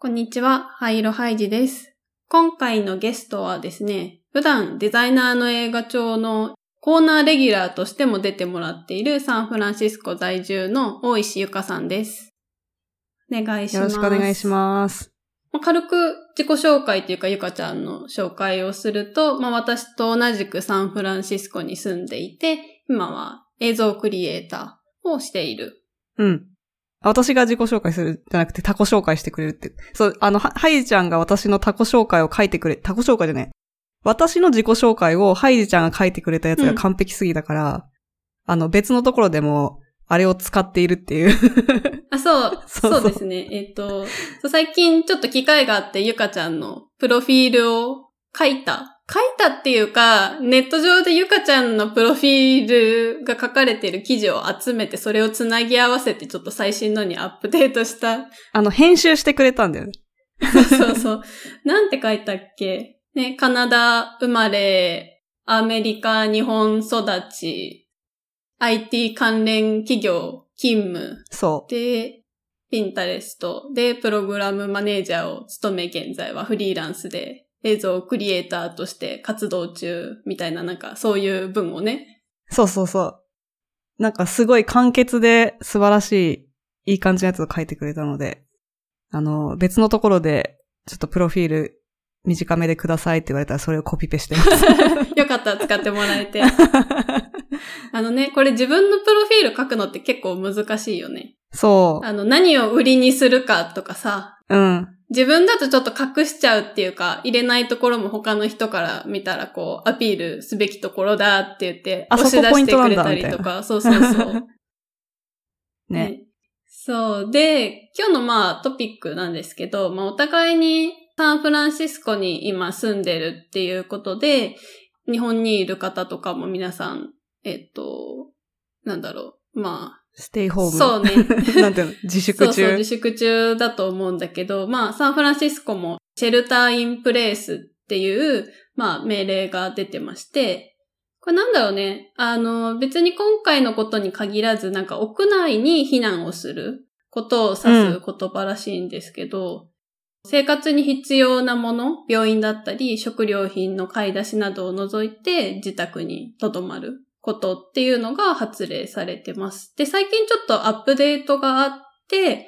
こんにちは、ハイロハイジです。今回のゲストはですね、普段デザイナーの映画帳のコーナーレギュラーとしても出てもらっているサンフランシスコ在住の大石ゆかさんです。お願いします。 よろしくお願いします。 軽く自己紹介というかゆかちゃんの紹介をすると、私と同じくサンフランシスコに住んでいて、今は映像クリエイターをしている。 うん。私が自己紹介するじゃなくてタコ紹介してくれるって。そう、ハイジちゃんが私のタコ紹介を書いてくれ、タコ紹介じゃない。私の自己紹介をハイジちゃんが書いてくれたやつが完璧すぎだから、別のところでも、あれを使っているっていう。 そうですね。最近ちょっと機会があってゆかちゃんのプロフィールを書いたっていうか、ネット上でゆかちゃんのプロフィールが書かれている記事を集めて、それをつなぎ合わせてちょっと最新のにアップデートした。 編集してくれたんだよね。 そう。なんて書いたっけね、カナダ生まれ、アメリカ、日本育ち、IT 関連企業勤務。 そう。 で、ピンタレストでプログラムマネージャーを務め、現在はフリーランスで映像クリエイターとして活動中みたいな、なんかそういう文をね。 そう。なんかすごい簡潔で素晴らしい、いい感じのやつを書いてくれたので、別のところでちょっとプロフィール短めでくださいって言われたらそれをコピペしてます。 よかったら使ってもらえて。これ自分のプロフィール書くのって結構難しいよね。 そう。 何を売りにするかとかさ。 うん。 自分だとちょっと隠しちゃうっていうか、入れないところも他の人から見たらこう、アピールすべきところだって言って、押し出してくれたりとか、そう。 ね。 そう。で、今日のトピックなんですけど、お互いにサンフランシスコに今住んでるっていうことで、日本にいる方とかも皆さん、 ステイホーム。 そうね。 なんていうの自粛中。 そう、自粛中だと思うんだけど、サンフランシスコもシェルターインプレイスっていう、命令が出てまして、これなんだろうね。別に今回のことに限らず、なんか屋内に避難をすることを指す言葉らしいんですけど、生活に必要なもの、病院だったり、食料品の買い出しなどを除いて自宅に留まることっていうのが発令されてます。で、最近ちょっとアップデートがあって、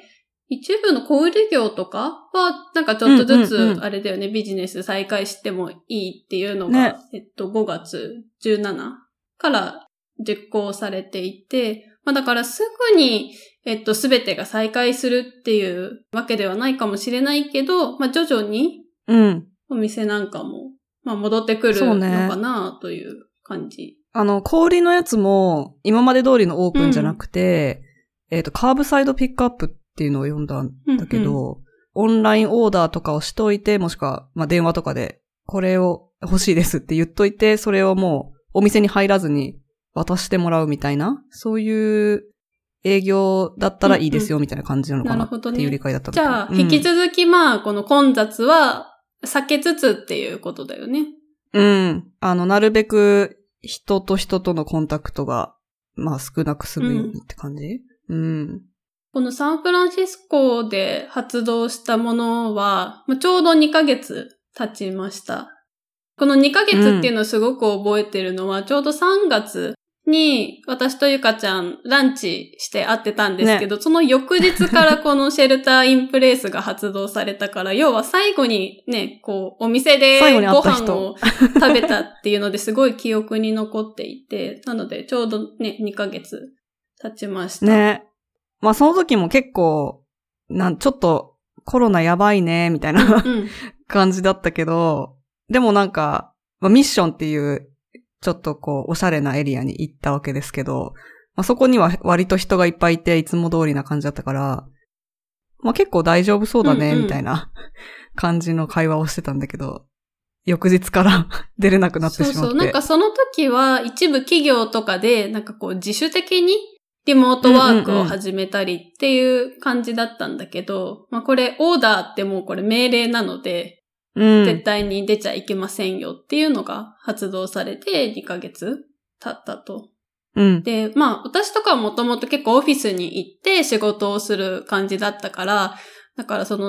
一部の小売業とかは、なんかちょっとずつ、あれだよね、ビジネス再開してもいいっていうのが、5月17から実行されていて、だからすぐに、すべてが再開するっていうわけではないかもしれないけど、徐々に、お店なんかも、戻ってくるのかなという感じ。 小売りのやつも、今まで通りのオープンじゃなくて、カーブサイドピックアップっていうのを読んだんだけど、オンラインオーダーとかをしといて、もしくは、電話とかで、これを欲しいですって言っといて、それをもう、お店に入らずに渡してもらうみたいな、そういう営業だったらいいですよみたいな感じなのかなっていう理解だったんだけど。 じゃあ、引き続きこの混雑は避けつつっていうことだよね。 なるべく、人と人とのコンタクトが、少なく済むようにって感じ？ このサンフランシスコで発動したものは、ちょうど2ヶ月経ちました。この2ヶ月っていうのをすごく覚えてるのは、ちょうど3月に私とゆかちゃんランチして会ってたんですけど、その翌日からこのシェルターインプレイスが発動されたから、要は最後にね、こう、お店でご飯を食べたっていうのですごい記憶に残っていて、なのでちょうどね、2ヶ月経ちました。 ね。その時も結構、ちょっとコロナやばいね、みたいな感じだったけど、でもなんか、ミッションっていう、ちょっとこう、おしゃれなエリアに行ったわけですけど、そこには割と人がいっぱいいて、いつも通りな感じだったから、結構大丈夫そうだね、みたいな感じの会話をしてたんだけど、翌日から出れなくなってしまって。 そう、なんかその時は一部企業とかで、なんかこう自主的にリモートワークを始めたりっていう感じだったんだけど、これオーダーってもうこれ命令なので、絶対に出ちゃいけませんよっていうのが発動されて2ヶ月経ったと。で、私とかはもともと結構オフィスに行って仕事をする感じだったから、だからその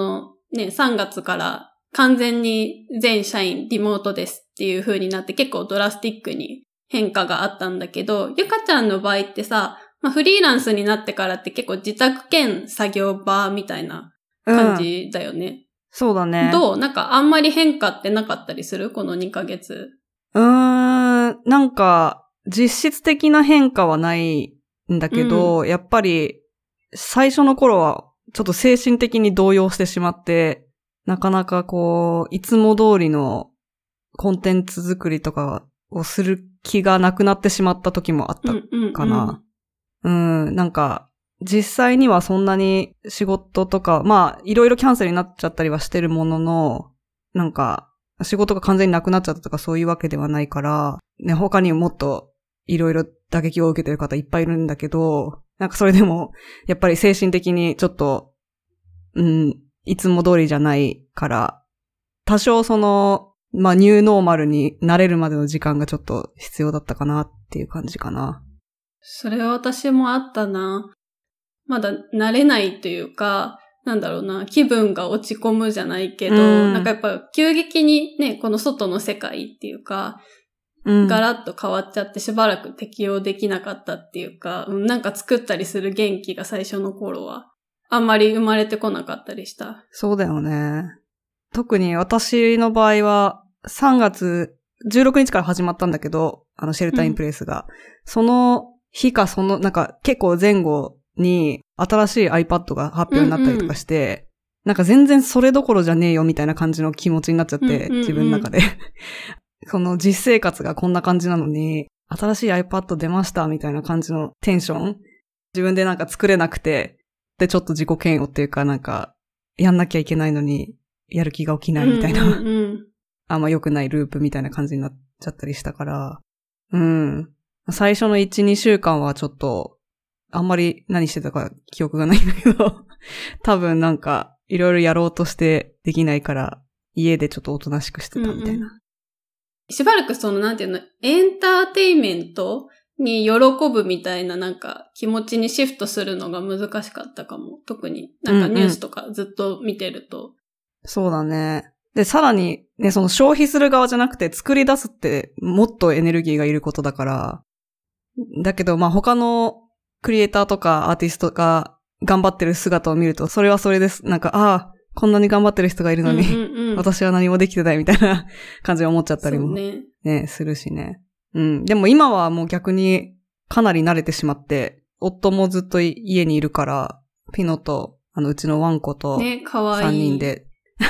ね、3月から完全に全社員リモートですっていう風になって結構ドラスティックに変化があったんだけど、ゆかちゃんの場合ってさ、フリーランスになってからって結構自宅兼作業場みたいな感じだよね。 そうだね。 どう？なんかあんまり変化ってなかったりする？この2ヶ月。 なんか実質的な変化はないんだけど、やっぱり最初の頃はちょっと精神的に動揺してしまって、なかなかこう、いつも通りのコンテンツ作りとかをする気がなくなってしまった時もあったかな。なんか、実際にはそんなに仕事とか、いろいろキャンセルになっちゃったりはしてるものの、なんか、仕事が完全になくなっちゃったとかそういうわけではないから、ね、他にもっといろいろ打撃を受けてる方いっぱいいるんだけど、なんかそれでも、やっぱり精神的にちょっと、いつも通りじゃないから、多少その、ニューノーマルに慣れるまでの時間がちょっと必要だったかなっていう感じかな。 それは私もあったな。まだ慣れないというか、なんだろうな、気分が落ち込むじゃないけど、なんかやっぱ急激にね、この外の世界っていうか、ガラッと変わっちゃってしばらく適応できなかったっていうか、なんか作ったりする元気が最初の頃は、あんまり生まれてこなかったりした。 そうだよね。特に私の場合は、3月16日から始まったんだけど、シェルターインプレイスが。その日かなんか結構前後に新しい iPad が発表になったりとかして、なんか全然それどころじゃねえよみたいな感じの気持ちになっちゃって、自分の中で。その実生活がこんな感じなのに、新しい iPad 出ましたみたいな感じのテンション。自分でなんか作れなくて、でちょっと自己嫌悪っていうかなんか、やんなきゃいけないのに、やる気が起きないみたいな。あんま良くないループみたいな感じになっちゃったりしたから、最初の1、2週間はちょっと、あんまり何してたか記憶がないんだけど、多分なんか、いろいろやろうとしてできないから、家でちょっとおとなしくしてたみたいな。 しばらくなんていうの、エンターテイメントに喜ぶみたいななんか気持ちにシフトするのが難しかったかも。特になんかニュースとかずっと見てると。 そうだね。で、さらにね、その消費する側じゃなくて作り出すってもっとエネルギーがいることだから、だけど他のクリエイターとかアーティストが頑張ってる姿を見ると、それはそれです。なんか、こんなに頑張ってる人がいるのに、私は何もできてないみたいな感じで思っちゃったりもね、するしね。でも今はもう逆にかなり慣れてしまって、夫もずっと家にいるから、ピノとうちのワンコと3人で、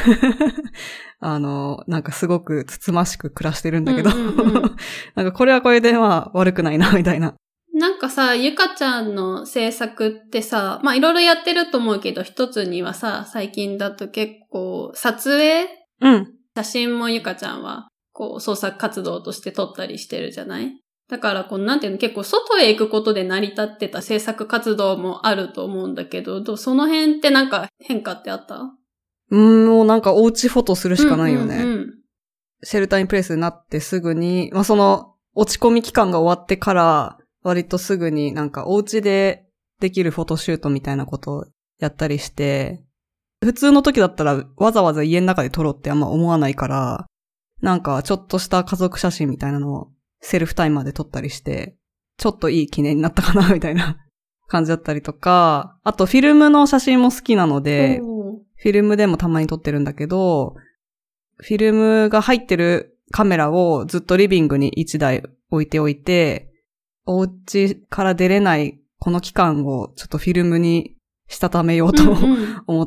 なんかすごくつつましく暮らしてるんだけど、なんかこれはこれで悪くないな、みたいな。 なんかさ、ゆかちゃんの制作ってさ、いろいろやってると思うけど、一つにはさ、最近だと結構、撮影？写真もゆかちゃんは、創作活動として撮ったりしてるじゃない？だから、なんていうの、結構外へ行くことで成り立ってた制作活動もあると思うんだけど、その辺ってなんか変化ってあった？ もうなんかおうちフォトするしかないよね。シェルターインプレイスになってすぐに、その落ち込み期間が終わってから、割とすぐになんかお家でできるフォトシュートみたいなことをやったりして、普通の時だったらわざわざ家の中で撮ろうってあんま思わないから、なんかちょっとした家族写真みたいなのをセルフタイマーで撮ったりして、ちょっといい記念になったかなみたいな感じだったりとか、あとフィルムの写真も好きなので、フィルムでもたまに撮ってるんだけど、フィルムが入ってるカメラをずっとリビングに1台置いておいて、お家から出れないこの期間をちょっとフィルムにしたためようと思って、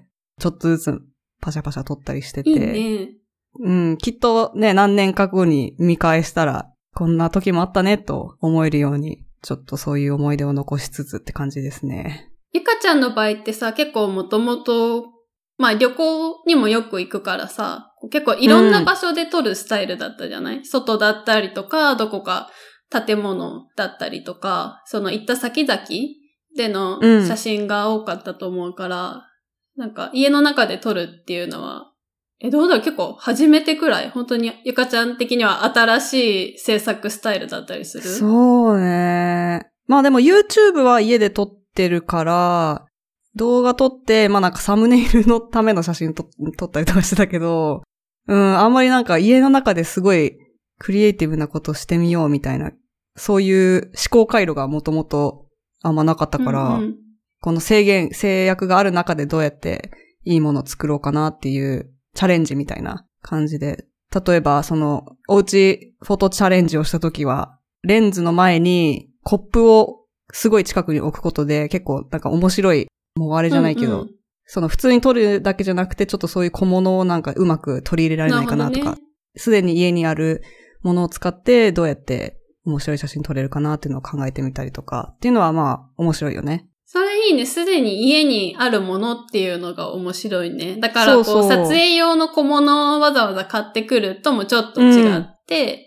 ちょっとずつパシャパシャ撮ったりしてて。 いいね。 きっとね、何年か後に見返したら、こんな時もあったねと思えるように、ちょっとそういう思い出を残しつつって感じですね。 ゆかちゃんの場合ってさ、結構もともと、旅行にもよく行くからさ、結構いろんな場所で撮るスタイルだったじゃない？外だったりとか、どこか建物だったりとか、その行った先々での写真が多かったと思うから、なんか家の中で撮るっていうのは、どうだろう、結構初めてくらい、本当にゆかちゃん的には新しい制作スタイルだったりする？ そうね。でも YouTube は家で撮ってるから、 動画撮って、まあなんかサムネイルのための写真撮ったりとかしてたけど、あんまりなんか家の中ですごいクリエイティブなことしてみようみたいな、そういう思考回路がもともとあんまなかったから、この制約がある中でどうやっていいものを作ろうかなっていうチャレンジみたいな感じで、例えばおうちフォトチャレンジをしたときは、レンズの前にコップをすごい近くに置くことで結構なんか面白い、もうあれじゃないけど、普通に撮るだけじゃなくてちょっとそういう小物をなんかうまく取り入れられないかなとか、すでに家にあるものを使ってどうやって面白い写真撮れるかなっていうのを考えてみたりとかっていうのはまあ面白いよね。 それいいね。すでに家にあるものっていうのが面白いね。だから撮影用の小物をわざわざ買ってくるともちょっと違って、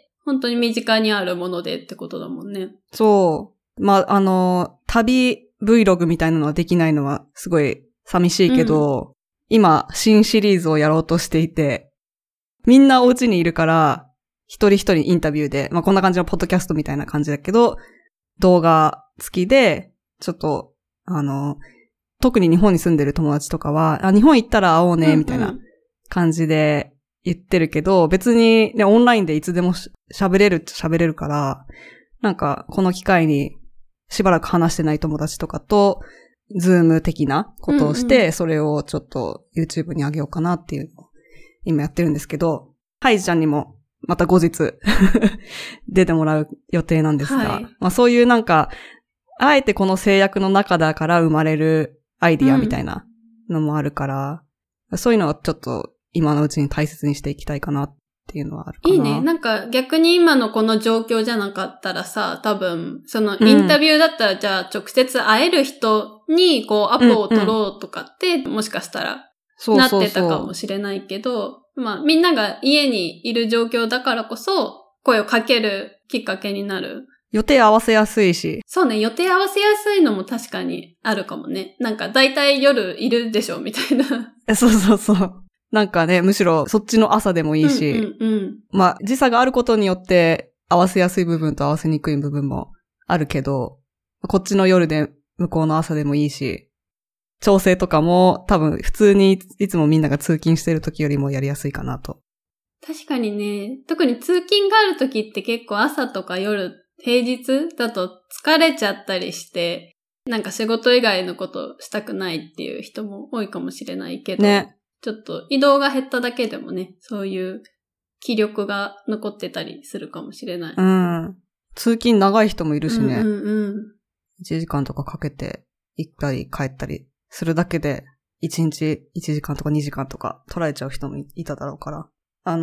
本当に身近にあるものでってことだもんね。 そう。まあ、旅 Vlog みたいなのはできないのはすごい寂しいけど、今新シリーズをやろうとしていて、みんなお家にいるから、一人一人インタビューで、まあこんな感じのポッドキャストみたいな感じだけど、動画付きで、ちょっと、特に日本に住んでる友達とかは、日本行ったら会おうね、みたいな感じで言ってるけど、別にね、オンラインでいつでも喋れるから、なんか、この機会にしばらく話してない友達とかと、ズーム的なことをして、それをちょっと YouTube に上げようかなっていうのを今やってるんですけど、ハイジちゃんにもまた後日出てもらう予定なんですが、まあそういうなんか、あえてこの制約の中だから生まれるアイディアみたいなのもあるから、そういうのはちょっと今のうちに大切にしていきたいかなっていうのはあるかな。 いいね。なんか逆に今のこの状況じゃなかったらさ、多分、そのインタビューだったらじゃあ直接会える人にこうアポを取ろうとかって、もしかしたらなってたかもしれないけど、まあみんなが家にいる状況だからこそ声をかけるきっかけになる。 予定合わせやすいし。 そうね、予定合わせやすいのも確かにあるかもね。なんか大体夜いるでしょみたいな。 そう。なんかね、むしろそっちの朝でもいいし、まあ時差があることによって合わせやすい部分と合わせにくい部分もあるけど、こっちの夜で向こうの朝でもいいし、調整とかも多分普通にいつもみんなが通勤してる時よりもやりやすいかなと。 確かにね、特に通勤がある時って結構朝とか夜、平日だと疲れちゃったりして、なんか仕事以外のことしたくないっていう人も多いかもしれないけど、ね、ちょっと移動が減っただけでもね、そういう気力が残ってたりするかもしれない。 通勤長い人もいるしね。1時間とかかけて行ったり帰ったりするだけで、1日1時間とか2時間とか取られちゃう人もいただろうから。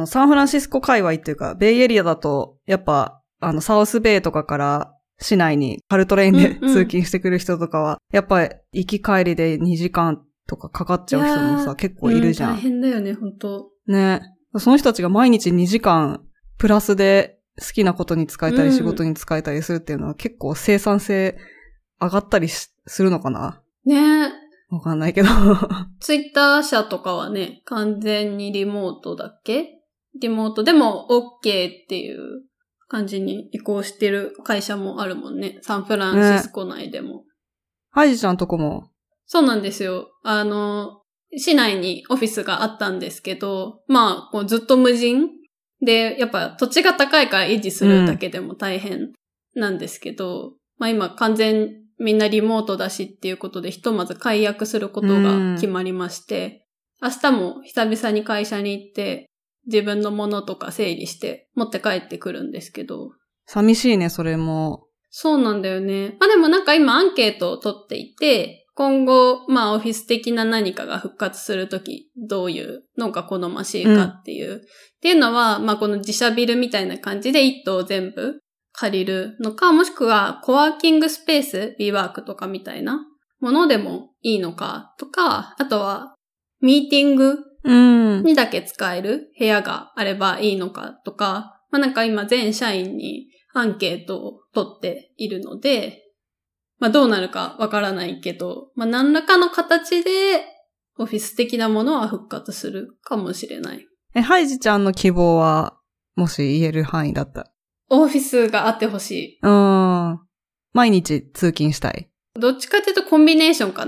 サンフランシスコ界隈っていうか、ベイエリアだと、やっぱ、サウスベイとかから市内にカルトレインで通勤してくる人とかは、やっぱり行き帰りで2時間とかかかっちゃう人もさ、結構いるじゃん。 大変だよね、本当ね。その人たちが毎日2時間プラスで好きなことに使えたり仕事に使えたりするっていうのは結構生産性上がったりするのかな。 ね。 わかんないけど。 ツイッター社とかはね、完全にリモートだっけ？リモートでも OK っていう感じに移行してる会社もあるもんね。サンフランシスコ内でも。 ハイジちゃんとこも。 そうなんですよ。市内にオフィスがあったんですけど、まあ、こうずっと無人で、やっぱ土地が高いから維持するだけでも大変なんですけど、まあ今完全みんなリモートだしっていうことでひとまず解約することが決まりまして、明日も久々に会社に行って自分のものとか整理して持って帰ってくるんですけど。 寂しいね、それも。 そうなんだよね。まあでもなんか今アンケートを取っていて、今後、まあオフィス的な何かが復活するとき、どういうのが好ましいかっていう。っていうのは、まあこの自社ビルみたいな感じで一棟全部借りるのか、もしくはコワーキングスペース、WeWork とかみたいなものでもいいのかとか、あとはミーティングにだけ使える部屋があればいいのかとか、まあなんか今全社員にアンケートを取っているので、まあどうなるかわからないけど、まあ何らかの形でオフィス的なものは復活するかもしれない。 ハイジちゃんの希望は、もし言える範囲だった。 オフィスがあってほしい。 毎日通勤したい。 どっちかっていうとコンビネーションかな。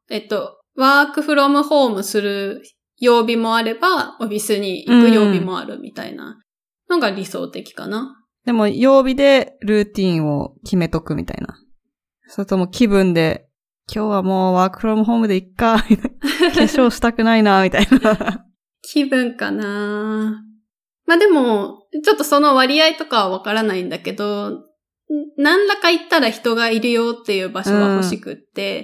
ワークフロムホームする曜日もあれば、オフィスに行く曜日もあるみたいなのが理想的かな。 でも、曜日でルーティンを決めとくみたいな。それとも気分で、今日はもうワークフロムホームでいっか、化粧したくないな、みたいな。 気分かな。まあでも、ちょっとその割合とかはわからないんだけど、何らか行ったら人がいるよっていう場所が欲しくって、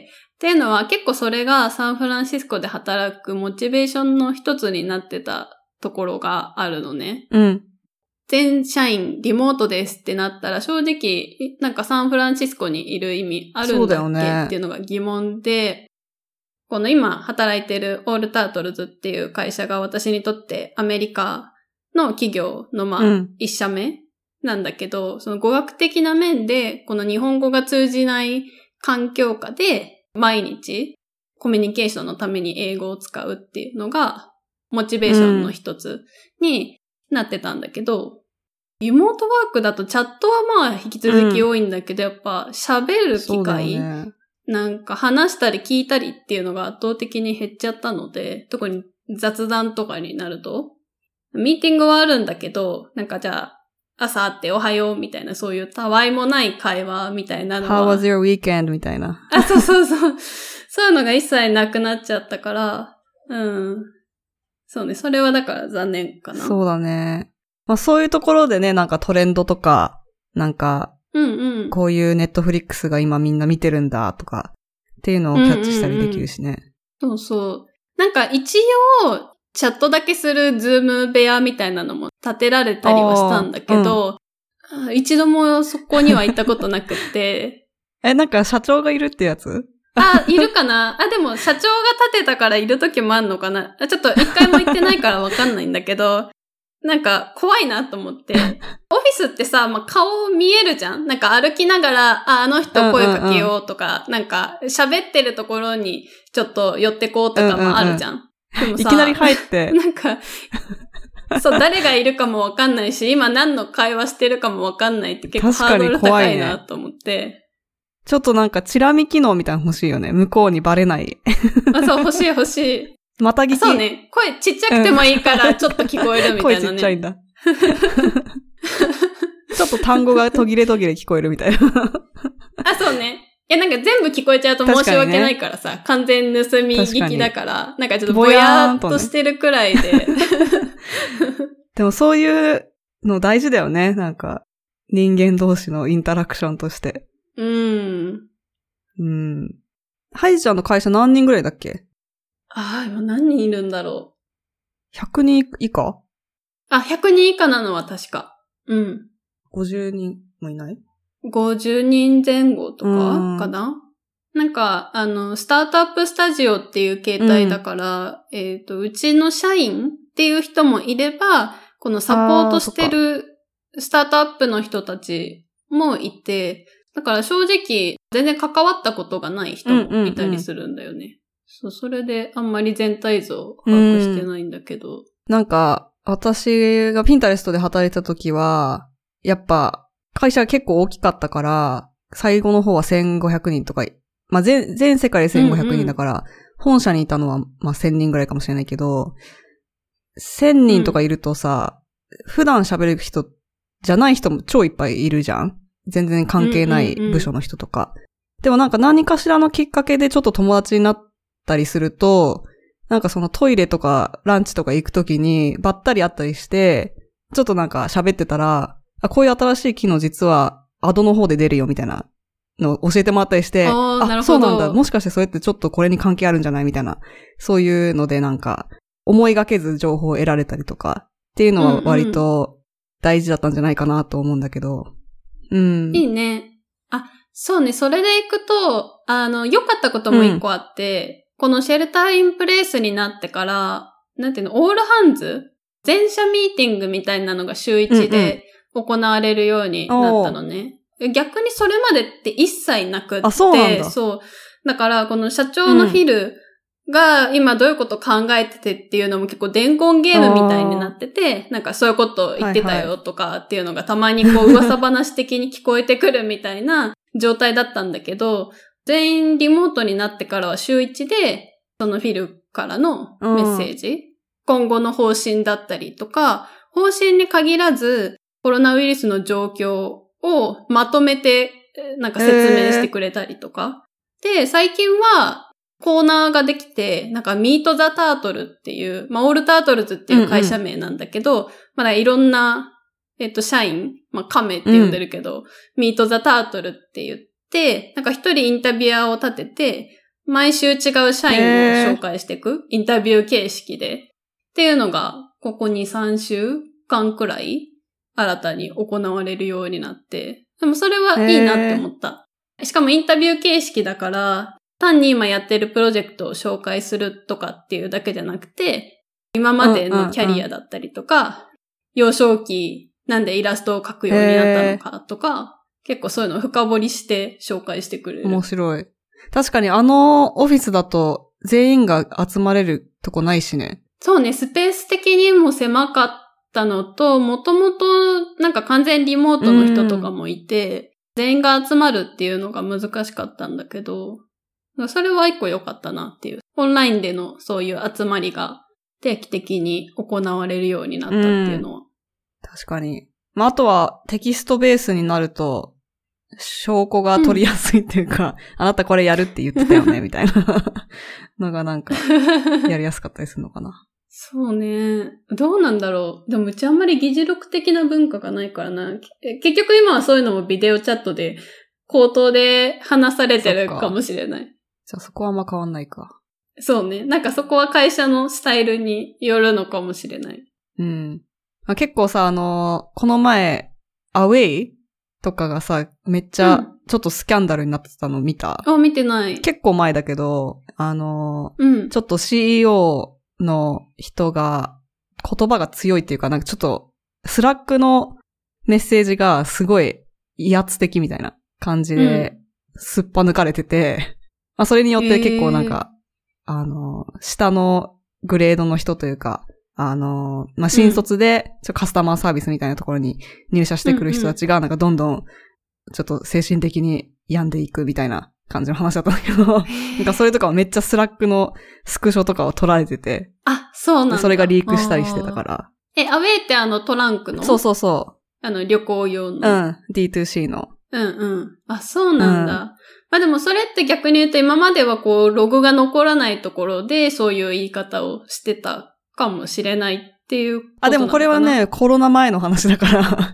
っていうのは結構それがサンフランシスコで働くモチベーションの一つになってたところがあるのね。 うん。 全社員リモートですってなったら正直なんかサンフランシスコにいる意味あるんだっけっていうのが疑問で、この今働いてるオールタートルズっていう会社が私にとってアメリカの企業の一社目なんだけど、その語学的な面でこの日本語が通じない環境下で毎日コミュニケーションのために英語を使うっていうのがモチベーションの一つになってたんだけど、リモートワークだとチャットはまあ引き続き多いんだけど、やっぱ喋る機会、なんか話したり聞いたりっていうのが圧倒的に減っちゃったので、特に雑談とかになると、ミーティングはあるんだけど、なんかじゃあ朝会っておはようみたいなそういうたわいもない会話みたいなのは。 How was your weekend? みたいな。 あ、そうそうそう。そういうのが一切なくなっちゃったから、そうね。それはだから残念かな。 そうだね。まあそういうところでね、なんかトレンドとか、なんか、こういうネットフリックスが今みんな見てるんだとか、っていうのをキャッチしたりできるしね。 そうそう。なんか一応、チャットだけするズーム部屋みたいなのも建てられたりはしたんだけど、一度もそこには行ったことなくて。 なんか社長がいるってやつ？ いるかな？でも社長が建てたからいる時もあんのかな？ちょっと一回も行ってないからわかんないんだけど、なんか怖いなと思って。オフィスってさ、まあ、顔見えるじゃん？なんか歩きながら、あの人声かけようとか、なんか喋ってるところにちょっと寄ってこうとかもあるじゃん。でもさ、 いきなり入って。 なんか、そう、誰がいるかもわかんないし、今何の会話してるかもわかんないって結構ハードル高いなと思って。 ちょっとなんかチラ見機能みたいなの欲しいよね。向こうにバレない。 そう、欲しい欲しい。 また聞き。 そうね。声ちっちゃくてもいいからちょっと聞こえるみたいなね。 声ちっちゃいんだ。ちょっと単語が途切れ途切れ聞こえるみたいな。 そうね。いや、なんか全部聞こえちゃうと申し訳ないからさ、完全盗み聞きだから、なんかちょっとぼやーっとしてるくらいで。 でもそういうの大事だよね。なんか、人間同士のインタラクションとして。ハイジちゃんの会社何人ぐらいだっけ？ 今何人いるんだろう。100人以下 ？100人以下なのは確か。 50人もいない？ 50 人前後とかかな？なんか、スタートアップスタジオっていう形態だから、うちの社員っていう人もいれば、このサポートしてるスタートアップの人たちもいて、だから正直全然関わったことがない人もいたりするんだよね。そう、それであんまり全体像把握してないんだけど。 なんか、私がピンタレストで働いた時は、やっぱ、会社が結構大きかったから、最後の方は1500人とか、まあ、全世界で1500人だから、本社にいたのは、まあ、1000人ぐらいかもしれないけど、1000人とかいるとさ、普段喋る人じゃない人も超いっぱいいるじゃん？全然関係ない部署の人とか。でもなんか何かしらのきっかけでちょっと友達になったりすると、なんかそのトイレとかランチとか行くときにばったり会ったりして、ちょっとなんか喋ってたら、こういう新しい機能実はアドの方で出るよみたいなのを教えてもらったりして、そうなんだ。もしかしてそれってちょっとこれに関係あるんじゃないみたいな。そういうのでなんか思いがけず情報を得られたりとかっていうのは割と大事だったんじゃないかなと思うんだけど。いいね。そうね。それでいくと、良かったことも一個あって、このシェルターインプレイスになってから、なんていうの、オールハンズ全社ミーティングみたいなのが週1で行われるようになったのね。逆にそれまでって一切なくって、 そうなんだ。 そう。だから、この社長のフィルが今どういうことを考えててっていうのも結構伝言ゲームみたいになってて、なんかそういうこと言ってたよとかっていうのがたまにこう噂話的に聞こえてくるみたいな状態だったんだけど、 全員リモートになってからは週1で、そのフィルからのメッセージ、今後の方針だったりとか、方針に限らず、コロナウイルスの状況をまとめて、なんか説明してくれたりとか。で、最近はコーナーができて、なんかミートザタートルっていう、オールタートルズっていう会社名なんだけど、いろんな、社員、カメって呼んでるけど、ミートザタートルって言って、なんか一人インタビュアーを立てて、毎週違う社員を紹介していく、インタビュー形式で。っていうのが、ここ2、3週間くらい、新たに行われるようになって、でもそれはいいなって思った。しかもインタビュー形式だから、単に今やってるプロジェクトを紹介するとかっていうだけじゃなくて、今までのキャリアだったりとか、幼少期なんでイラストを描くようになったのかとか、結構そういうのを深掘りして紹介してくれる。 面白い。確かにあのオフィスだと全員が集まれるとこないしね。 そうね、スペース的にも狭かったのと、もともとなんか完全リモートの人とかもいて、全員が集まるっていうのが難しかったんだけど、それは一個良かったなっていう。オンラインでのそういう集まりが定期的に行われるようになったっていうのは。 確かに。あとはテキストベースになると、証拠が取りやすいっていうか、あなたこれやるって言ってたよね、みたいなのがなんか、やりやすかったりするのかな。 そうね。どうなんだろう。でもうちあんまり議事録的な文化がないからな。結局今はそういうのもビデオチャットで、口頭で話されてるかもしれない。 じゃあそこはあんま変わんないか。 そうね。なんかそこは会社のスタイルによるのかもしれない。 うん。結構さ、この前、アウェイとかがさ、めっちゃ、ちょっとスキャンダルになってたの見た？ 見てない。 結構前だけど、ちょっと CEO の人が、言葉が強いっていうか、なんかちょっと、スラックのメッセージがすごい威圧的みたいな感じで、すっぱ抜かれてて、それによって結構なんか、下のグレードの人というか、新卒で、カスタマーサービスみたいなところに入社してくる人たちが、なんかどんどん、ちょっと精神的に病んでいくみたいな感じの話だったんだけど、なんかそれとかはめっちゃスラックのスクショとかを撮られてて、 そうなんだ。 それがリークしたりしてたから。 アウェイってトランクの？ そう。 旅行用の。 D2C の。 そうなんだ。でもそれって逆に言うと今まではログが残らないところでそういう言い方をしてたかもしれないっていうことなのかな。 でもこれはね、コロナ前の話だから。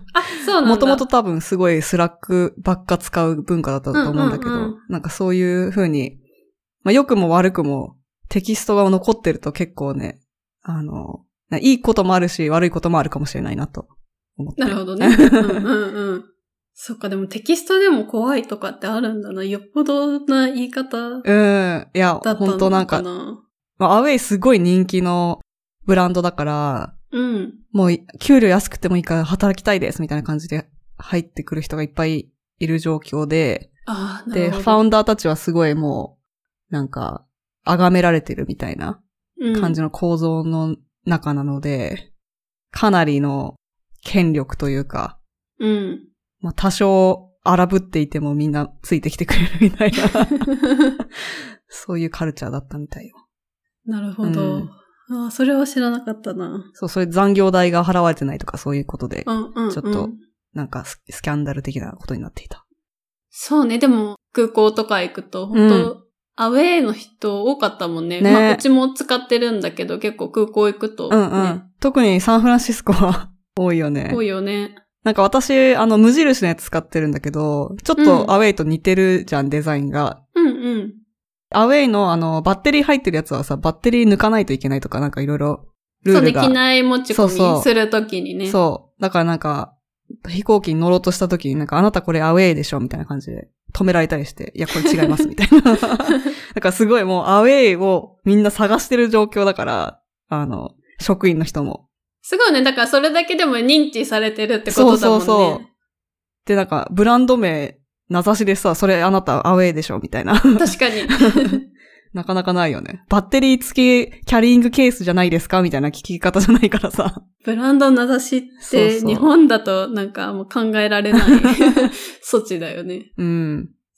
そうなんだ。 もともと多分すごいスラックばっか使う文化だったと思うんだけど、なんかそういう風に、良くも悪くもテキストが残ってると結構ね、いいこともあるし悪いこともあるかもしれないなと思って。 なるほどね。そっか、でもテキストでも怖いとかってあるんだな。よっぽどな言い方。 いや、本当なんか、アウェイすごい人気のブランドだから、もう給料安くてもいいから働きたいですみたいな感じで入ってくる人がいっぱいいる状況で、で、ファウンダーたちはすごいもう、なんか、崇められてるみたいな感じの構造の中なので、かなりの権力というか、多少荒ぶっていてもみんなついてきてくれるみたいな、そういうカルチャーだったみたいよ。 なるほど。それは知らなかったな。 そう、それ残業代が払われてないとかそういうことで、ちょっと、なんかスキャンダル的なことになっていた。 そうね、でも空港とか行くと、本当アウェイの人多かったもんね。うちも使ってるんだけど、結構空港行くと、 特にサンフランシスコは多いよね。 多いよね。 なんか私、無印のやつ使ってるんだけど、ちょっとアウェイと似てるじゃん、デザインが。アウェイのバッテリー入ってるやつはさ、バッテリー抜かないといけないとか、なんかいろいろルールが。 そうね、機内持ち込みするときにね。 そう。だからなんか、飛行機に乗ろうとしたときになんかあなたこれアウェイでしょみたいな感じで止められたりして、いやこれ違いますみたいな。だからすごいもうアウェイをみんな探してる状況だから、職員の人も。 すごいね。だからそれだけでも認知されてるってことだもんね。そう。 で、なんか、ブランド名、名指しでさ、それあなたアウェイでしょみたいな。 確かに。 なかなかないよね。バッテリー付きキャリーイングケースじゃないですかみたいな聞き方じゃないからさ。 ブランド名指しって、日本だとなんかもう考えられない措置だよね。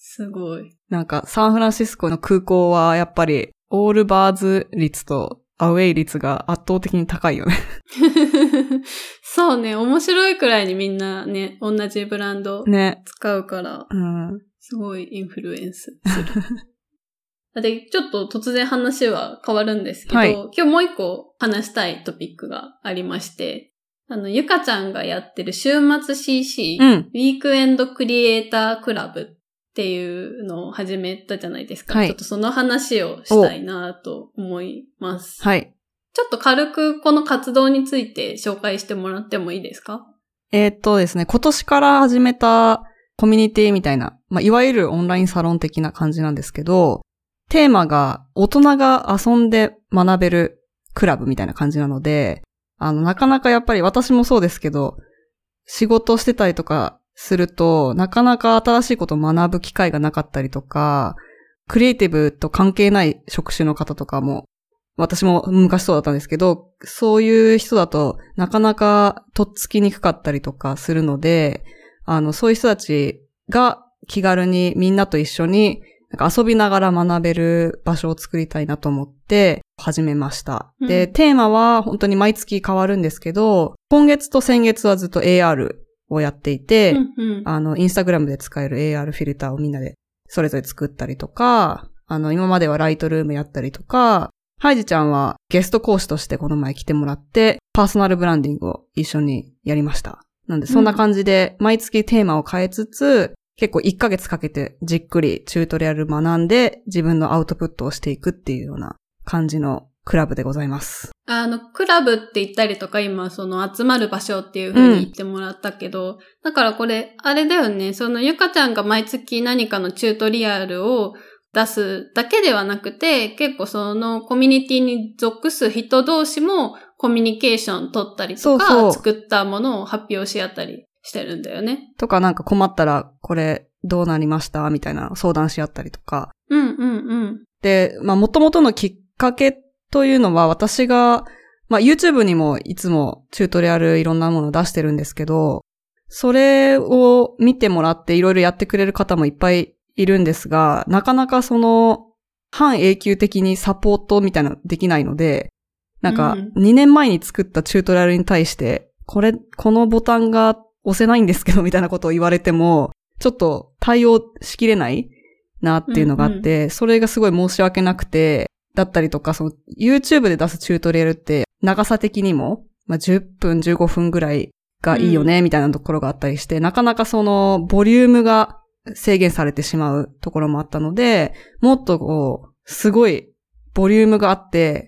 すごい。 なんかサンフランシスコの空港はやっぱりオールバーズ率とアウェイ率が圧倒的に高いよね。 そうね、面白いくらいにみんなね、同じブランド使うから、すごいインフルエンスする。で、ちょっと突然話は変わるんですけど、今日もう一個話したいトピックがありまして、ゆかちゃんがやってる週末 CC、ウィークエンドクリエイタークラブっていうのを始めたじゃないですか。ちょっとその話をしたいなと思います。 はい。 ちょっと軽くこの活動について紹介してもらってもいいですか？ ですね、今年から始めたコミュニティみたいな、いわゆるオンラインサロン的な感じなんですけど、テーマが大人が遊んで学べるクラブみたいな感じなので、なかなかやっぱり私もそうですけど、仕事してたりとかすると、なかなか新しいことを学ぶ機会がなかったりとか、クリエイティブと関係ない職種の方とかも、私も昔そうだったんですけど、そういう人だとなかなかとっつきにくかったりとかするので、そういう人たちが気軽にみんなと一緒になんか遊びながら学べる場所を作りたいなと思って始めました。で、テーマは本当に毎月変わるんですけど、今月と先月はずっと AR をやっていて、インスタグラムで使える AR フィルターをみんなでそれぞれ作ったりとか、今まではライトルームやったりとか、ハイジちゃんはゲスト講師としてこの前来てもらって、パーソナルブランディングを一緒にやりました。なんでそんな感じで毎月テーマを変えつつ、結構1ヶ月かけてじっくりチュートリアル学んで自分のアウトプットをしていくっていうような感じのクラブでございます。 クラブって言ったりとか今その集まる場所っていう風に言ってもらったけど、だからこれあれだよね、そのゆかちゃんが毎月何かのチュートリアルを出すだけではなくて、結構そのコミュニティに属す人同士もコミュニケーション取ったりとか、作ったものを発表し合ったりしてるんだよね。 とかなんか困ったらこれどうなりましたみたいな相談し合ったりとか。で、元々のきっかけというのは私が、YouTube にもいつもチュートリアルいろんなものを出してるんですけど、それを見てもらっていろいろやってくれる方もいっぱいいるんですが、なかなかその半永久的にサポートみたいなのできないので、なんか2年前に作ったチュートリアルに対して、このボタンが押せないんですけどみたいなことを言われても、ちょっと対応しきれないなっていうのがあって、それがすごい申し訳なくて、だったりとか、その YouTube で出すチュートリアルって長さ的にも、10分15分ぐらいがいいよねみたいなところがあったりして、なかなかそのボリュームが制限されてしまうところもあったので、もっとこう、すごいボリュームがあって、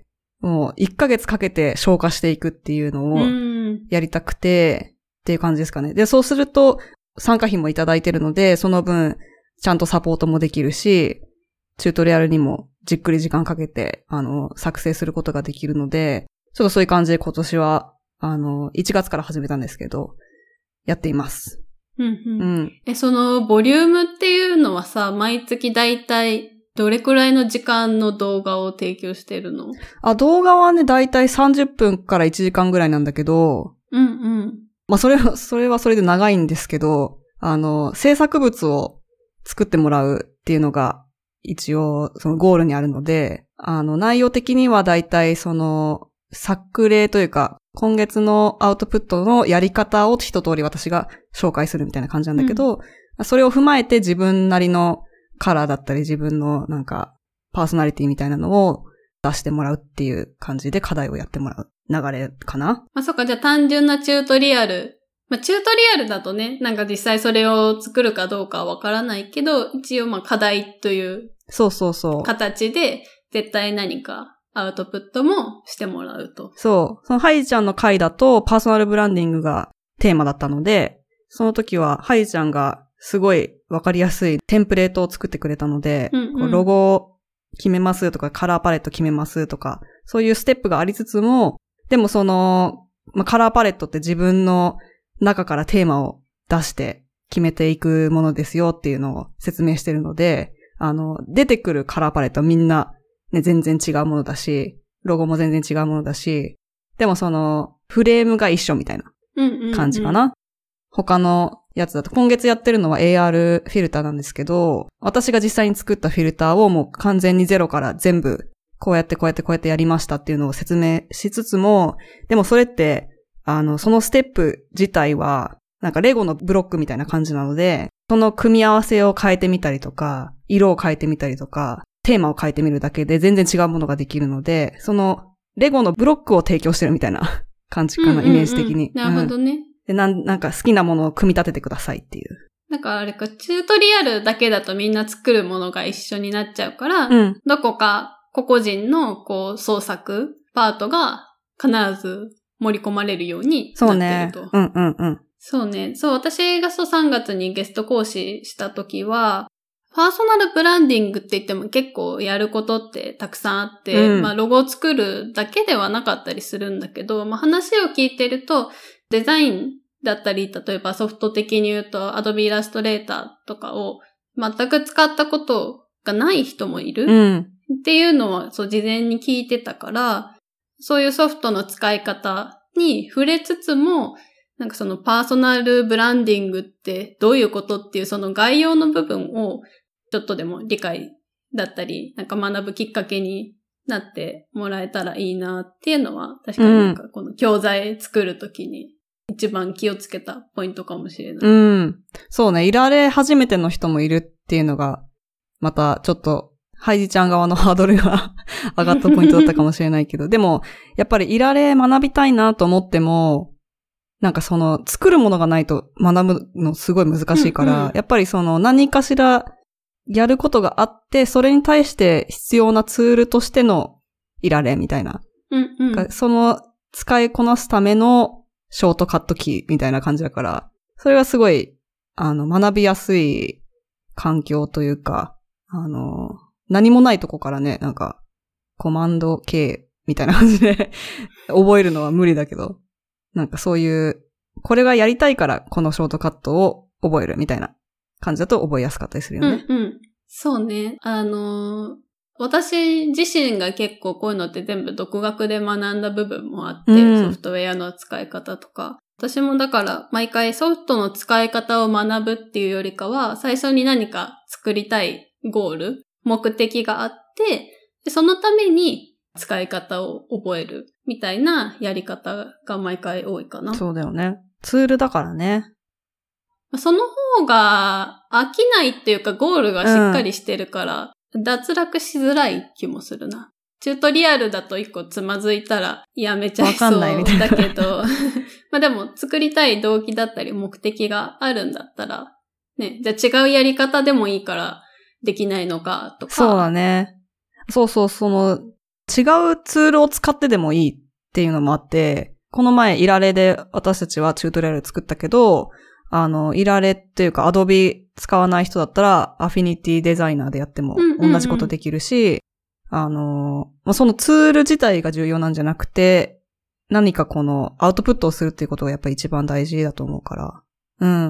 もう1ヶ月かけて消化していくっていうのをやりたくて、っていう感じですかね。で、そうすると参加費もいただいてるので、その分ちゃんとサポートもできるし、チュートリアルにもじっくり時間かけて、作成することができるので、ちょっとそういう感じで今年は、1月から始めたんですけど、やっています。 そのボリュームっていうのはさ、毎月だいたいどれくらいの時間の動画を提供してるの？ 動画はね、だいたい30分から1時間ぐらいなんだけど、それはそれで長いんですけど、制作物を作ってもらうっていうのが一応そのゴールにあるので、内容的にはだいたいその作例というか、今月のアウトプットのやり方を一通り私が紹介するみたいな感じなんだけど、それを踏まえて自分なりのカラーだったり自分のなんかパーソナリティみたいなのを出してもらうっていう感じで課題をやってもらう流れかな。 そっか、じゃあ単純なチュートリアル。チュートリアルだとね、なんか実際それを作るかどうかはわからないけど、一応課題という形で絶対何かアウトプットもしてもらうと。 そのハイジちゃんの回だとパーソナルブランディングがテーマだったので、その時はハイジちゃんがすごいわかりやすいテンプレートを作ってくれたので、ロゴを決めますとかカラーパレット決めますとか、そういうステップがありつつも、でもその、カラーパレットって自分の中からテーマを出して決めていくものですよっていうのを説明してるので、出てくるカラーパレットはみんなね、全然違うものだし、ロゴも全然違うものだし、でもそのフレームが一緒みたいな感じかな。他のやつだと、今月やってるのは AR フィルターなんですけど、私が実際に作ったフィルターをもう完全にゼロから全部、こうやってやりましたっていうのを説明しつつも、でもそれって、そのステップ自体は、なんかレゴのブロックみたいな感じなので、その組み合わせを変えてみたりとか、色を変えてみたりとか、テーマを変えてみるだけで全然違うものができるので、そのレゴのブロックを提供してるみたいな感じかな、イメージ的に。 なるほどね。 で、なんか好きなものを組み立ててくださいっていう。 なんかあれか、チュートリアルだけだとみんな作るものが一緒になっちゃうから、どこか個々人のこう創作パートが必ず盛り込まれるようになってると。そうね。そう、私が3月にゲスト講師した時は、パーソナルブランディングって言っても結構やることってたくさんあって、まあロゴを作るだけではなかったりするんだけど、まあ話を聞いてると、デザインだったり、例えばソフト的に言うと Adobe Illustrator とかを全く使ったことがない人もいる、っていうのはそう事前に聞いてたから、そういうソフトの使い方に触れつつも、なんかそのパーソナルブランディングってどういうことっていうその概要の部分をちょっとでも理解だったり、なんか学ぶきっかけになってもらえたらいいなっていうのは、確かになんかこの教材作るときに一番気をつけたポイントかもしれない。 そうね、いられ初めての人もいるっていうのが、またちょっと、ハイジちゃん側のハードルが上がったポイントだったかもしれないけど、でも、やっぱりいられ学びたいなと思っても、なんかその、作るものがないと学ぶのすごい難しいから、やっぱりその何かしらやることがあって、それに対して必要なツールとしてのいられみたいな。その使いこなすためのショートカットキーみたいな感じだから、それはすごい、学びやすい環境というか、何もないとこからね、なんか、コマンド K みたいな感じで覚えるのは無理だけど、なんかそういう、これがやりたいからこのショートカットを覚えるみたいな感じだと覚えやすかったりするよね。 そうね。私自身が結構こういうのって全部独学で学んだ部分もあって、ソフトウェアの使い方とか。私もだから毎回ソフトの使い方を学ぶっていうよりかは、最初に何か作りたいゴール、目的があって、でそのために使い方を覚えるみたいなやり方が毎回多いかな。 そうだよね。ツールだからね。 その方が飽きないっていうかゴールがしっかりしてるから、脱落しづらい気もするな。チュートリアルだと一個つまずいたらやめちゃいそうだけど、まあでも作りたい動機だったり目的があるんだったら、ね、じゃあ違うやり方でもいいからできないのかとか。 そうだね。その違うツールを使ってでもいいっていうのもあって、この前いられで私たちはチュートリアル作ったけど、いられっていうか Adobe 使わない人だったらアフィニティデザイナーでやっても同じことできるし、そのツール自体が重要なんじゃなくて、何かこのアウトプットをするっていうことがやっぱり一番大事だと思うから。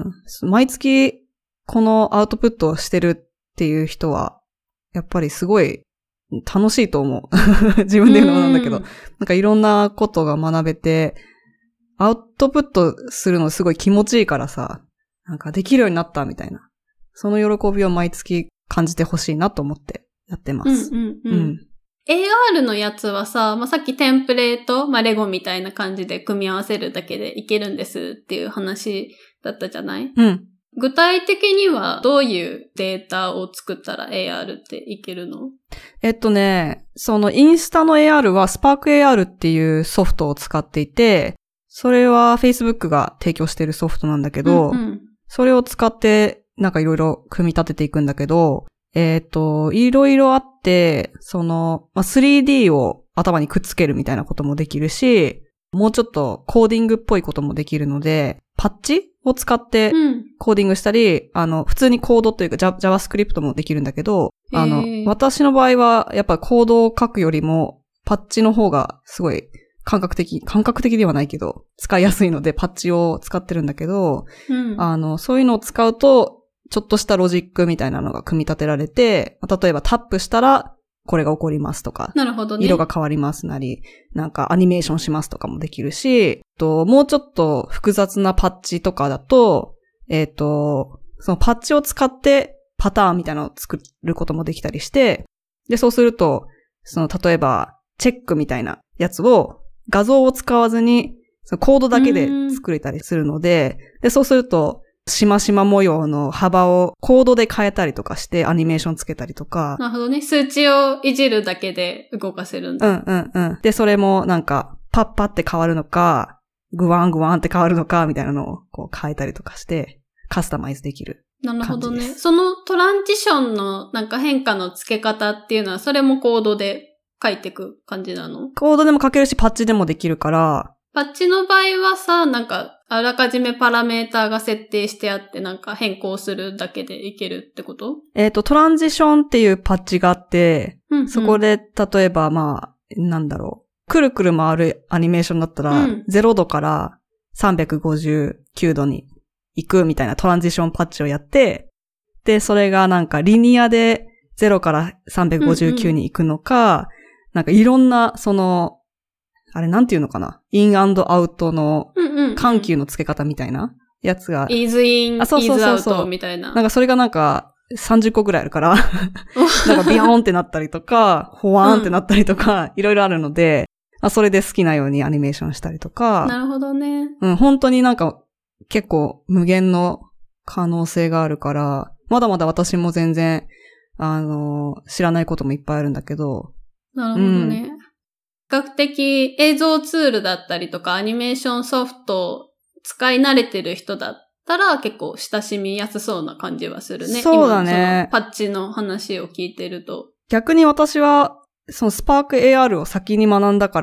毎月このアウトプットをしてるっていう人は、やっぱりすごい楽しいと思う。自分で言うのもなんだけど。なんかいろんなことが学べて、アウトプットするのすごい気持ちいいからさ、なんかできるようになったみたいな。その喜びを毎月感じてほしいなと思ってやってます。 AR のやつはさ、さっきテンプレート、レゴみたいな感じで組み合わせるだけでいけるんですっていう話だったじゃない？具体的にはどういうデータを作ったら AR っていけるの？ そのインスタの AR は Spark AR っていうソフトを使っていて、それは Facebook が提供しているソフトなんだけど、それを使ってなんかいろいろ組み立てていくんだけど、いろいろあって、3D を頭にくっつけるみたいなこともできるし、もうちょっとコーディングっぽいこともできるので、パッチを使ってコーディングしたり、普通にコードというか JavaScript もできるんだけど、私の場合はやっぱコードを書くよりもパッチの方がすごい感覚的ではないけど、使いやすいのでパッチを使ってるんだけど、そういうのを使うと、ちょっとしたロジックみたいなのが組み立てられて、例えばタップしたらこれが起こりますとか、 なるほどね、 色が変わりますなり、なんかアニメーションしますとかもできるし、もうちょっと複雑なパッチとかだと、 そのパッチを使ってパターンみたいなのを作ることもできたりして、で、そうすると、例えば、チェックみたいなやつを画像を使わずに、そのコードだけで作れたりするので、で、そうすると、しましま模様の幅をコードで変えたりとかしてアニメーションつけたりとか。 なるほどね。数値をいじるだけで動かせるんだ。 で、それもなんか、パッパって変わるのか、グワングワンって変わるのか、みたいなのをこう変えたりとかして、カスタマイズできる感じです。 なるほどね。そのトランジションのなんか変化のつけ方っていうのは、それもコードで書いていく感じなの？ コードでも書けるし、パッチでもできるから。 パッチの場合はさ、なんか、あらかじめパラメーターが設定してあって、なんか変更するだけでいけるってこと？ トランジションっていうパッチがあって、そこで、例えばくるくる回るアニメーションだったら、0度から359度に行くみたいなトランジションパッチをやって、で、それがなんかリニアで0から359に行くのか、なんかいろんな、あれなんていうのかな？インアンドアウトの緩急の付け方みたいなやつが。 イーズイン、イーズアウトみたいな。 なんかそれがなんか30個ぐらいあるから、なんかビヨーンってなったりとか、ホワーンってなったりとか、いろいろあるので、それで好きなようにアニメーションしたりとか。 なるほどね。 本当になんか結構無限の可能性があるから、まだまだ私も全然、知らないこともいっぱいあるんだけど。 なるほどね。比較的映像ツールだったりとかアニメーションソフト使い慣れてる人だったら結構親しみやすそうな感じはするね。 そうだね。 今そのパッチの話を聞いてると。 逆に私はそのスパーク AR を先に学んだから、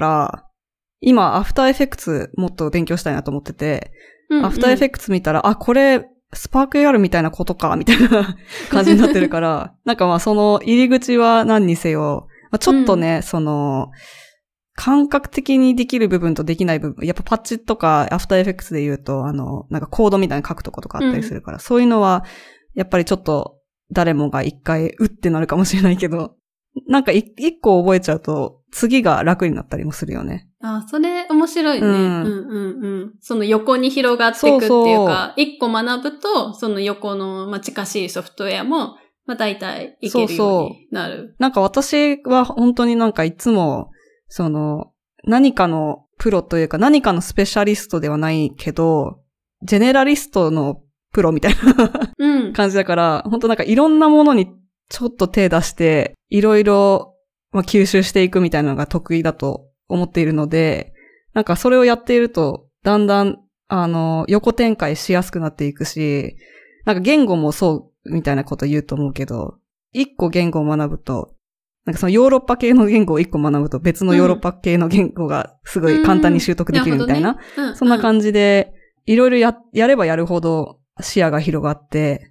今アフターエフェクツもっと勉強したいなと思ってて、アフターエフェクツ見たら、これスパーク AR みたいなことかみたいな感じになってるから、なんかその入り口は何にせよ、ちょっとね、感覚的にできる部分とできない部分、やっぱパッチとかアフターエフェクツで言うと、なんかコードみたいに書くとことかあったりするから、そういうのは、やっぱりちょっと誰もが一回、ってなるかもしれないけど、なんか一個覚えちゃうと、次が楽になったりもするよね。 それ面白いね。その横に広がっていくっていうか、一個学ぶと、その横の、近しいソフトウェアも、大体いけるようになる。 なんか私は本当になんかいつも、何かのプロというか何かのスペシャリストではないけど、ジェネラリストのプロみたいな感じだから、本当なんかいろんなものにちょっと手出して、いろいろ吸収していくみたいなのが得意だと思っているので、なんかそれをやっていると、だんだん、横展開しやすくなっていくし、なんか言語もそうみたいなこと言うと思うけど、一個言語を学ぶと、なんかそのヨーロッパ系の言語を一個学ぶと別のヨーロッパ系の言語がすごい簡単に習得できるみたいな。そんな感じで、いろいろやればやるほど視野が広がって、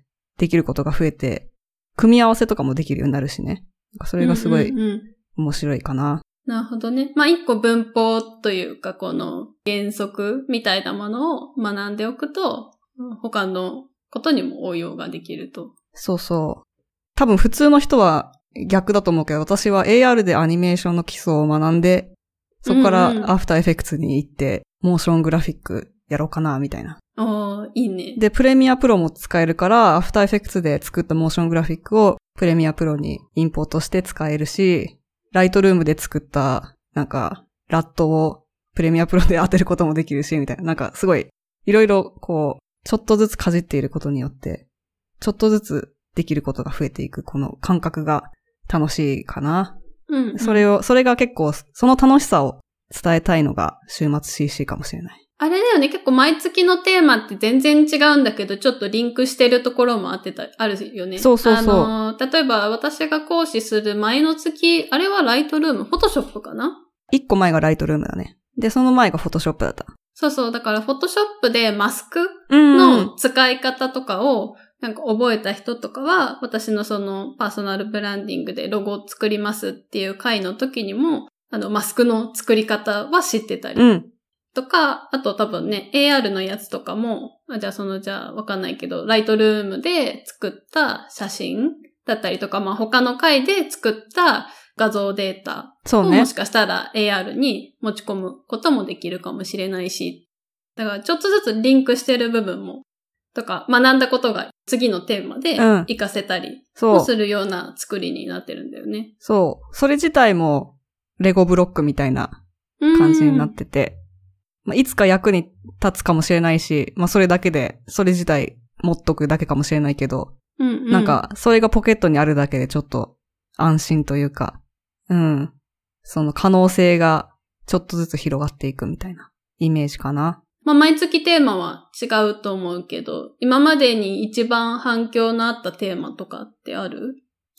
できることが増えて、組み合わせとかもできるようになるしね。それがすごい面白いかな。 なるほどね。一個文法というかこの原則みたいなものを学んでおくと、他のことにも応用ができると。 そうそう。多分普通の人は逆だと思うけど、私は AR でアニメーションの基礎を学んで、そこからアフターエフェクツに行って、モーショングラフィックやろうかな、みたいな。 いいね。 で、プレミアプロも使えるから、アフターエフェクツで作ったモーショングラフィックをプレミアプロにインポートして使えるし、ライトルームで作った、なんか、ラットをプレミアプロで当てることもできるし、みたいな。なんかすごい、いろいろこう、ちょっとずつかじっていることによって、ちょっとずつできることが増えていく、この感覚が楽しいかな。それが結構、その楽しさを伝えたいのが週末 CC かもしれない。 あれだよね、結構毎月のテーマって全然違うんだけど、ちょっとリンクしてるところもあるよね。 そうそうそう。 例えば私が講師する前の月、あれはライトルーム、フォトショップかな？ 一個前がライトルームだね。で、その前がフォトショップだった。 そうそう、だからフォトショップでマスクの使い方とかを、なんか覚えた人とかは、私のそのパーソナルブランディングでロゴを作りますっていう回の時にも、マスクの作り方は知ってたり。とか、あと多分ね、AR のやつとかも、じゃあわかんないけど、ライトルームで作った写真だったりとか、他の回で作った画像データをもしかしたら AR に持ち込むこともできるかもしれないし、だからちょっとずつリンクしてる部分もとか学んだことが次のテーマで活かせたりをするような作りになってるんだよね。 そう。それ自体もレゴブロックみたいな感じになってて、まあ、いつか役に立つかもしれないし、まあそれだけで、それ自体持っとくだけかもしれないけど、なんかそれがポケットにあるだけでちょっと安心というか、その可能性がちょっとずつ広がっていくみたいなイメージかな。 まあ毎月テーマは違うと思うけど、今までに一番反響のあったテーマとかってある？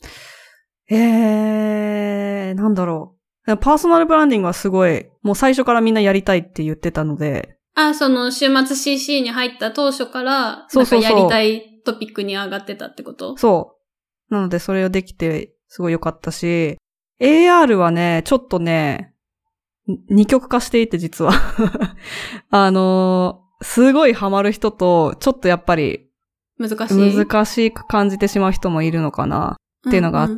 なんだろう。パーソナルブランディングはすごい、もう最初からみんなやりたいって言ってたので。 その週末 CC に入った当初から、なんかやりたいトピックに上がってたってこと？ そう。なのでそれをできてすごい良かったし、AR はね、ちょっとね、二極化していて実は。すごいハマる人と、ちょっとやっぱり、難しく感じてしまう人もいるのかなっていうのがあって、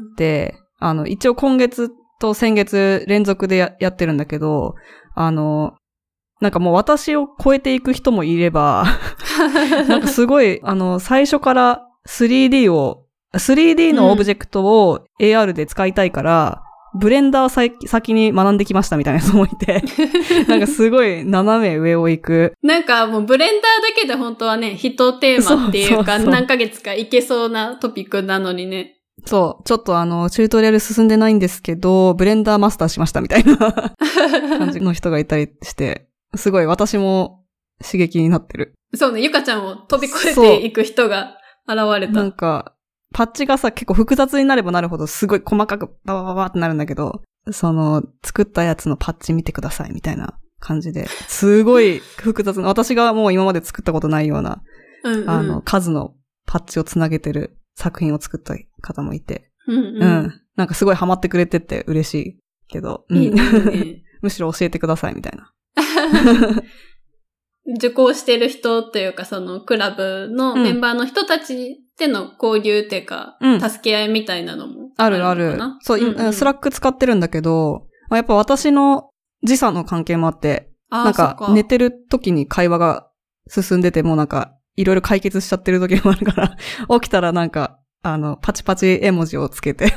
一応今月と先月連続でやってるんだけど、なんかもう私を超えていく人もいれば、なんかすごい、最初から 3D のオブジェクトを AR で使いたいから、ブレンダー先に学んできましたみたいな人もいて、なんかすごい斜め上を行く。 なんかもうブレンダーだけで本当はね、一テーマっていうか何ヶ月かいけそうなトピックなのにね。 そう。ちょっとチュートリアル進んでないんですけど、ブレンダーマスターしましたみたいな感じの人がいたりして、すごい私も刺激になってる。 そうね、ゆかちゃんを飛び越えていく人が現れた。 なんか、パッチがさ、結構複雑になればなるほどすごい細かくババババってなるんだけど、作ったやつのパッチ見てくださいみたいな感じで、すごい複雑な、私がもう今まで作ったことないような、数のパッチをつなげてる作品を作った方もいて、なんかすごいハマってくれてて嬉しいけど、 いいね、 むしろ教えてくださいみたいな。 受講してる人というか、そのクラブのメンバーの人たちでの交流っていうか、助け合いみたいなのもあるのかな？ ある。そう、スラック使ってるんだけど、やっぱ私の時差の関係もあって、なんか寝てる時に会話が進んでてもなんかいろいろ解決しちゃってる時もあるから、起きたらなんか、パチパチ絵文字をつけて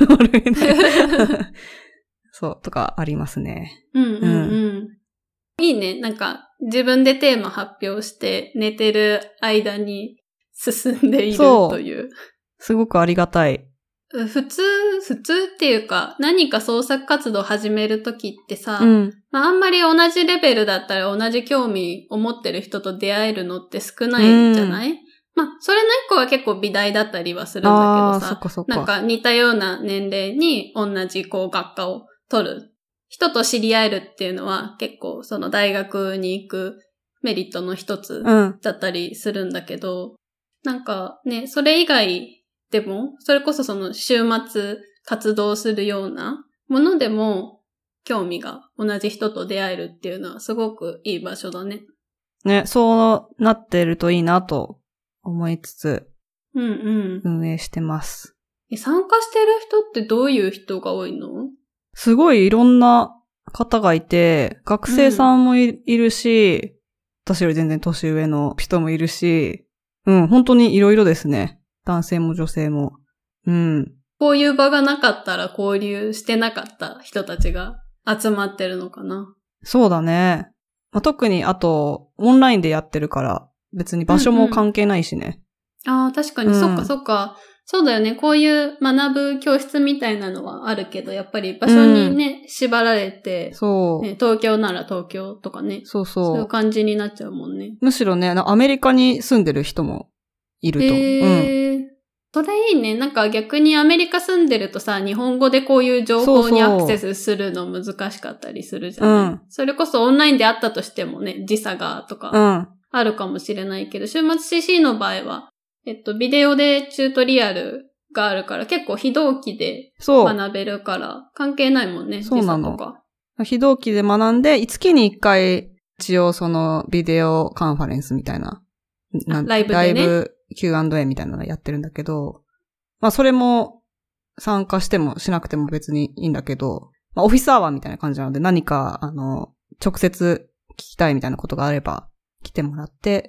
そう、とかありますね。 いいね。なんか、自分でテーマ発表して、寝てる間に進んでいるという。 すごくありがたい。 普通っていうか、何か創作活動を始めるときってさ、あんまり同じレベルだったら同じ興味を持ってる人と出会えるのって少ないんじゃない？それの一個は結構美大だったりはするんだけどさ、なんか似たような年齢に同じ学科を取る人と知り合えるっていうのは結構その大学に行くメリットの一つだったりするんだけど、なんかね、それ以外でも、それこそその週末活動するようなものでも興味が同じ人と出会えるっていうのはすごくいい場所だね。 ね、そうなってるといいなと思いつつ、運営してます。 参加してる人ってどういう人が多いの？ すごいいろんな方がいて、学生さんもいるし、私より全然年上の人もいるし、本当にいろいろですね。男性も女性も。 こういう場がなかったら交流してなかった人たちが集まってるのかな。 そうだね。特にあと、オンラインでやってるから、別に場所も関係ないしね。 確かに、そっかそっか。そうだよね。こういう学ぶ教室みたいなのはあるけど、やっぱり場所にね、縛られて、東京なら東京とかね。そういう感じになっちゃうもんね。 むしろね、アメリカに住んでる人もいると。 それいいね。なんか逆にアメリカ住んでるとさ、日本語でこういう情報にアクセスするの難しかったりするじゃない？それこそオンラインであったとしてもね、時差がとかあるかもしれないけど、週末 CC の場合は、ビデオでチュートリアルがあるから結構非同期で学べるから関係ないもんね。 そうなの。非同期で学んで、月に1回一応そのビデオカンファレンスみたいな、 ライブでね。 ライブ Q&A みたいなのやってるんだけど、それも参加してもしなくても別にいいんだけど、オフィスアワーみたいな感じなので何か直接聞きたいみたいなことがあれば来てもらって、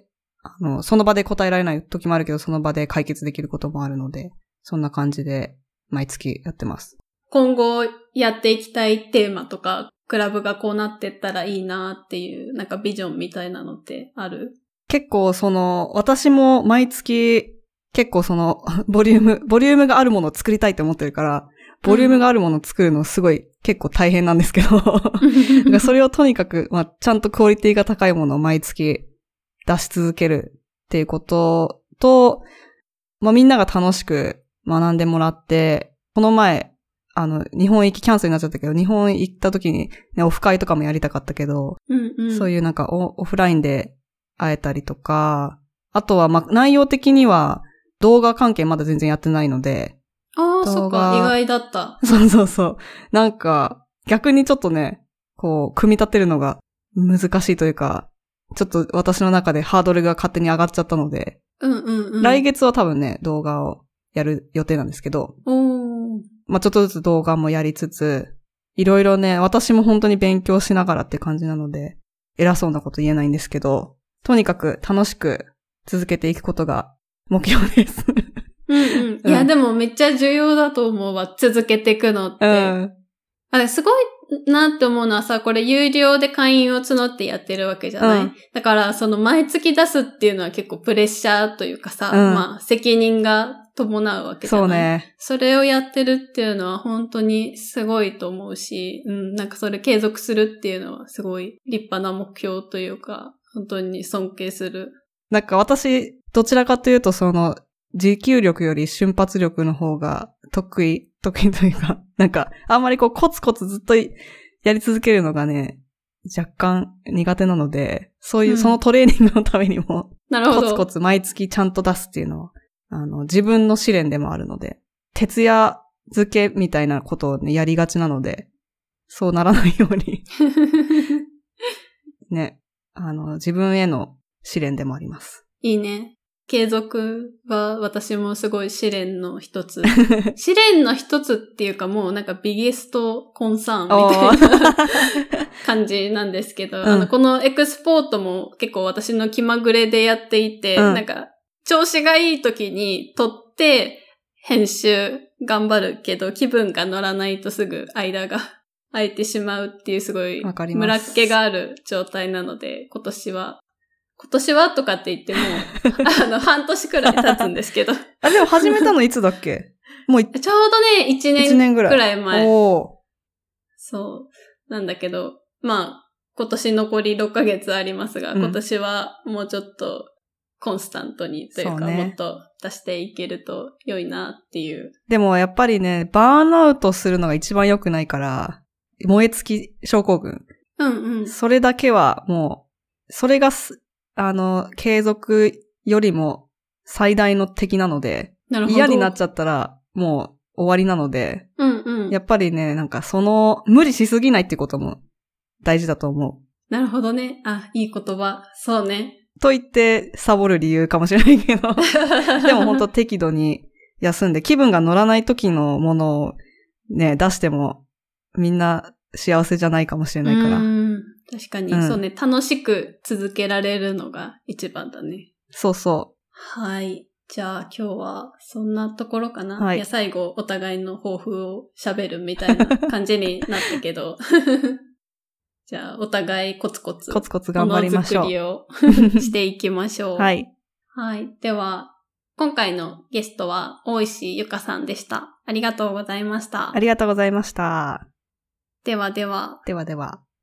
その場で答えられない時もあるけど、その場で解決できることもあるので、そんな感じで毎月やってます。 今後やっていきたいテーマとか、クラブがこうなってったらいいなっていう、なんかビジョンみたいなのってある？ 結構私も毎月結構ボリュームがあるものを作りたいと思ってるから、ボリュームがあるものを作るのすごい結構大変なんですけど、それをとにかく、ちゃんとクオリティが高いものを毎月出し続けるっていうことと、みんなが楽しく学んでもらって、この前、日本行きキャンセルになっちゃったけど、日本行った時に、ね、オフ会とかもやりたかったけど、そういうなんかオフラインで会えたりとか、あとは内容的には動画関係まだ全然やってないので。 ああ、そっか、意外だった。 そう。なんか、逆にちょっとね、こう、組み立てるのが難しいというか、ちょっと私の中でハードルが勝手に上がっちゃったので、来月は多分ね、動画をやる予定なんですけど、ちょっとずつ動画もやりつつ、いろいろね、私も本当に勉強しながらって感じなので、偉そうなこと言えないんですけど、とにかく楽しく続けていくことが目標です。 いや、でもめっちゃ重要だと思うわ、続けていくのって。すごいなって思うのはさ、これ有料で会員を募ってやってるわけじゃない？だから、毎月出すっていうのは結構プレッシャーというかさ、責任が伴うわけじゃない？そうね。それをやってるっていうのは本当にすごいと思うし、なんかそれ継続するっていうのはすごい立派な目標というか、本当に尊敬する。 なんか私、どちらかというと持久力より瞬発力の方が得意というか、なんか、あんまりコツコツずっとやり続けるのがね、若干苦手なので、そういう、そのトレーニングのためにも、コツコツ毎月ちゃんと出すっていうのは、自分の試練でもあるので、徹夜漬けみたいなことをね、やりがちなので、そうならないように、ね、自分への試練でもあります。 いいね。継続は私もすごい試練の一つ。試練の一つっていうかもうなんかビゲストコンサーンみたいな感じなんですけど、このエクスポートも結構私の気まぐれでやっていて、なんか調子がいい時に撮って編集頑張るけど気分が乗らないとすぐ間が空いてしまうっていうすごいムラっ気がある状態なので、今年はとかって言っても、半年くらい経つんですけど。 でも始めたのいつだっけ？もうちょうどね、1年くらい前。そう。なんだけど、今年残り6ヶ月ありますが、今年はもうちょっとコンスタントにというか、もっと出していけると良いなっていう。 でもやっぱりね、バーンアウトするのが一番良くないから、燃え尽き症候群。それだけはもう、それが継続よりも最大の敵なので、嫌になっちゃったらもう終わりなので、やっぱりね、なんか無理しすぎないってことも大事だと思う。 なるほどね。いい言葉。そうね。 と言ってサボる理由かもしれないけど、でも本当適度に休んで気分が乗らない時のものをね、出してもみんな幸せじゃないかもしれないから。 確かに、そうね、楽しく続けられるのが一番だね。 そうそう。 はい。じゃあ今日はそんなところかな。はい。いや、最後お互いの抱負を喋るみたいな感じになったけど。じゃあお互いコツコツ頑張りましょう。 ものづくりをしていきましょう。 はい。 はい。では、今回のゲストは大石ゆかさんでした。ありがとうございました。 ありがとうございました。 ではでは。 ではでは。